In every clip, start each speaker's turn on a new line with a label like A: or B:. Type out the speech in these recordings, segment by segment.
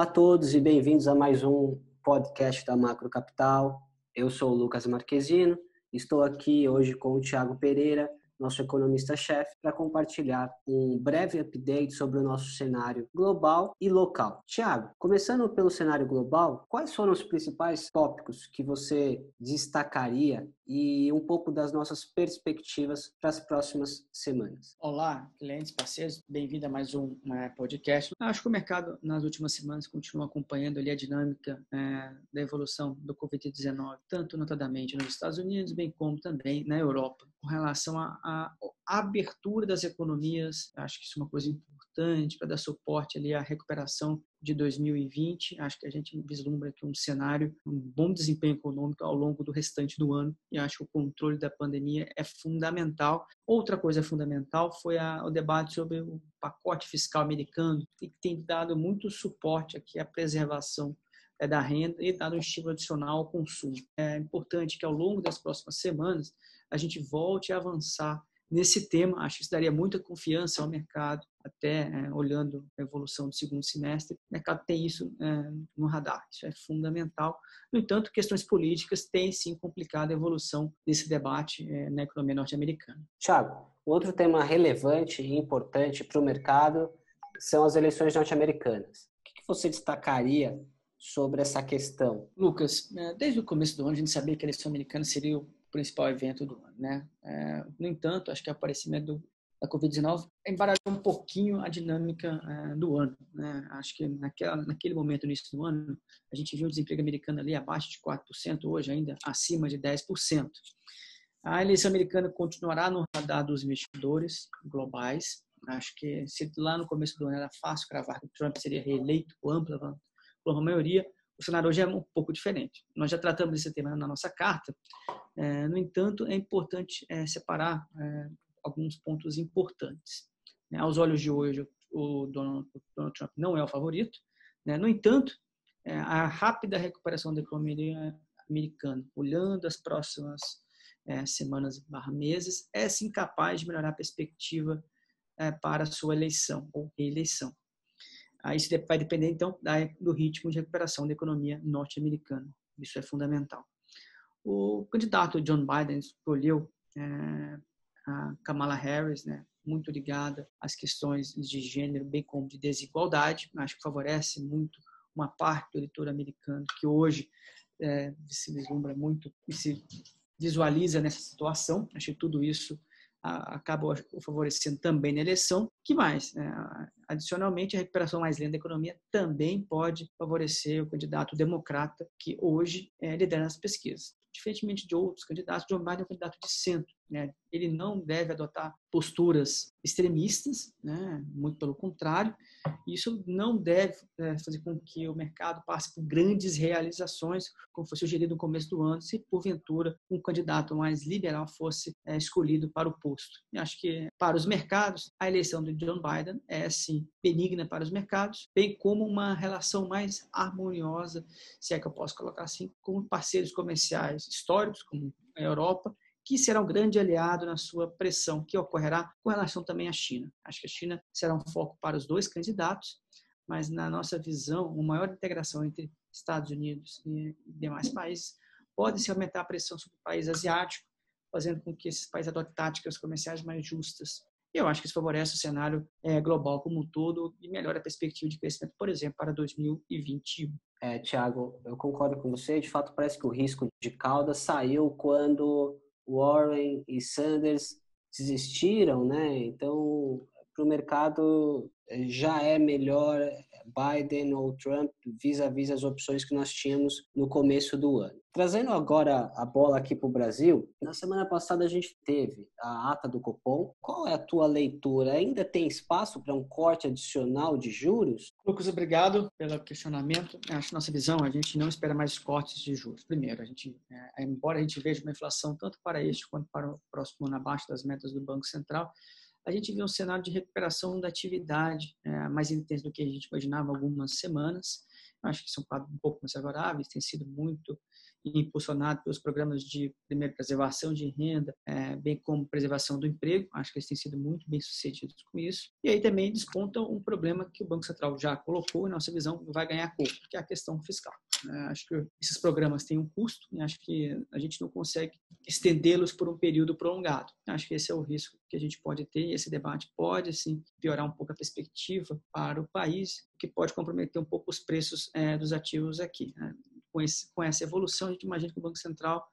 A: Olá a todos e bem-vindos a mais um podcast da Macro Capital. Eu sou o Lucas Marquezino, estou aqui hoje com o Thiago Pereira, nosso economista-chefe, para compartilhar um breve update sobre o nosso cenário global e local. Thiago, começando pelo cenário global, quais foram os principais tópicos que você destacaria e um pouco das nossas perspectivas para as próximas semanas?
B: Olá, clientes, parceiros, bem-vindo a mais um podcast. Acho que o mercado nas últimas semanas continua acompanhando ali a dinâmica da evolução do Covid-19, tanto notadamente nos Estados Unidos, bem como também na Europa. Com relação à abertura das economias, acho que isso é uma coisa importante para dar suporte ali à recuperação de 2020. Acho que a gente vislumbra aqui um cenário, um bom desempenho econômico ao longo do restante do ano, e acho que o controle da pandemia é fundamental. Outra coisa fundamental foi o debate sobre o pacote fiscal americano, que tem dado muito suporte aqui à preservação da renda e dado um estímulo adicional ao consumo. É importante que ao longo das próximas semanas a gente volte a avançar nesse tema. Acho que isso daria muita confiança ao mercado, até olhando a evolução do segundo semestre. O mercado tem isso no radar, isso é fundamental. No entanto, questões políticas têm sim complicado a evolução desse debate na economia norte-americana.
A: Thiago, outro tema relevante e importante para o mercado são as eleições norte-americanas. O que você destacaria sobre essa questão?
B: Lucas, desde o começo do ano a gente sabia que a eleição americana seria o principal evento do ano, né? No entanto, acho que o aparecimento da Covid-19 embaralhou um pouquinho a dinâmica do ano, né? Acho que naquele momento, no início do ano, a gente viu o desemprego americano ali abaixo de 4%, hoje ainda acima de 10%. A eleição americana continuará no radar dos investidores globais. Acho que se lá no começo do ano era fácil cravar que o Trump seria reeleito por ampla maioria, o cenário hoje é um pouco diferente. Nós já tratamos desse tema na nossa carta. No entanto, é importante separar alguns pontos importantes. Aos olhos de hoje, o Donald Trump não é o favorito. No entanto, a rápida recuperação da economia americana, olhando as próximas semanas/meses, é sim capaz de melhorar a perspectiva para a sua eleição ou reeleição. Isso vai depender, então, do ritmo de recuperação da economia norte-americana. Isso é fundamental. O candidato John Biden escolheu a Kamala Harris, muito ligada às questões de gênero, bem como de desigualdade. Acho que favorece muito uma parte do eleitor americano que hoje se vislumbra muito e se visualiza nessa situação. Acho que tudo isso acaba favorecendo também na eleição. Que mais? Adicionalmente, a recuperação mais lenta da economia também pode favorecer o candidato democrata, que hoje lidera as pesquisas. Diferentemente de outros candidatos, Joe Biden é um candidato de centro. Ele não deve adotar posturas extremistas, muito pelo contrário. Isso não deve fazer com que o mercado passe por grandes realizações, como foi sugerido no começo do ano, se porventura um candidato mais liberal fosse escolhido para o posto. Eu acho que para os mercados, a eleição de John Biden é, sim, benigna para os mercados, bem como uma relação mais harmoniosa, se é que eu posso colocar assim, com parceiros comerciais históricos, como a Europa, que será um grande aliado na sua pressão, que ocorrerá com relação também à China. Acho que a China será um foco para os dois candidatos, mas na nossa visão, uma maior integração entre Estados Unidos e demais países pode se aumentar a pressão sobre o país asiático, fazendo com que esses países adotem táticas comerciais mais justas. Eu acho que isso favorece o cenário global como um todo e melhora a perspectiva de crescimento, por exemplo, para 2021.
A: Thiago, eu concordo com você. De fato, parece que o risco de cauda saiu quando Warren e Sanders desistiram, Então, para o mercado já é melhor Biden ou Trump vis-à-vis as opções que nós tínhamos no começo do ano. Trazendo agora a bola aqui para o Brasil, na semana passada a gente teve a ata do Copom. Qual é a tua leitura? Ainda tem espaço para um corte adicional de juros?
B: Lucas, obrigado pelo questionamento. Acho que nossa visão, a gente não espera mais cortes de juros. Primeiro, embora a gente veja uma inflação tanto para este quanto para o próximo ano abaixo das metas do Banco Central, a gente vê um cenário de recuperação da atividade mais intenso do que a gente imaginava há algumas semanas. Acho que são quadros um pouco mais favoráveis, têm sido muito impulsionado pelos programas de, primeiro, preservação de renda, bem como preservação do emprego. Acho que eles têm sido muito bem sucedidos com isso. E aí também desponta um problema que o Banco Central já colocou, e nossa visão vai ganhar corpo, que é a questão fiscal. Acho que esses programas têm um custo e acho que a gente não consegue estendê-los por um período prolongado. Acho que esse é o risco que a gente pode ter, e esse debate pode, sim, piorar um pouco a perspectiva para o país, que pode comprometer um pouco os preços dos ativos aqui. Com essa evolução, a gente imagina que o Banco Central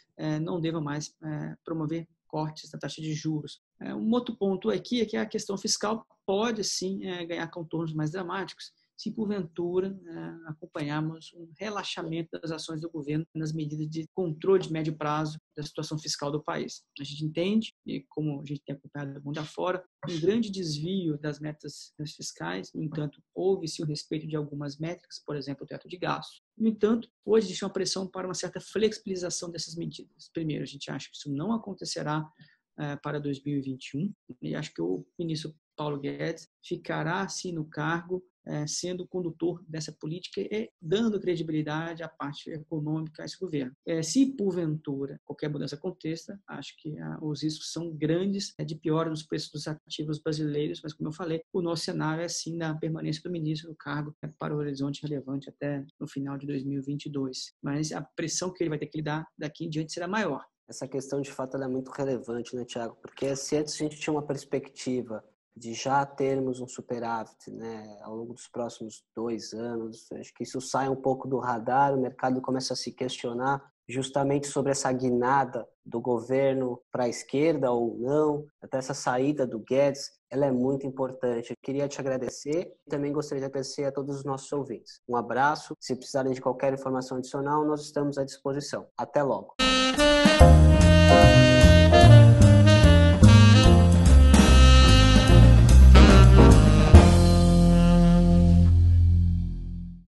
B: não deva mais promover cortes na taxa de juros. Um outro ponto aqui é que a questão fiscal pode, sim, ganhar contornos mais dramáticos se, porventura, acompanharmos um relaxamento das ações do governo nas medidas de controle de médio prazo da situação fiscal do país. A gente entende, e como a gente tem acompanhado do mundo afora, um grande desvio das metas fiscais. No entanto, houve-se o respeito de algumas métricas, por exemplo, o teto de gastos. No entanto, hoje existe uma pressão para uma certa flexibilização dessas medidas. Primeiro, a gente acha que isso não acontecerá para 2021, e acho que o ministro Paulo Guedes ficará, assim, no cargo, sendo o condutor dessa política e dando credibilidade à parte econômica a esse governo. Se, porventura, qualquer mudança aconteça, acho que os riscos são grandes de piora nos preços dos ativos brasileiros, mas, como eu falei, o nosso cenário é, sim, da permanência do ministro no cargo para o horizonte relevante até no final de 2022. Mas a pressão que ele vai ter que lidar daqui em diante será maior.
A: Essa questão, de fato, ela é muito relevante, né, Thiago? Porque se antes a gente tinha uma perspectiva de já termos um superávit, né, ao longo dos próximos 2 anos, acho que isso sai um pouco do radar, o mercado começa a se questionar justamente sobre essa guinada do governo para a esquerda ou não, até essa saída do Guedes, ela é muito importante. Eu queria te agradecer e também gostaria de agradecer a todos os nossos ouvintes. Um abraço, se precisarem de qualquer informação adicional, nós estamos à disposição. Até logo!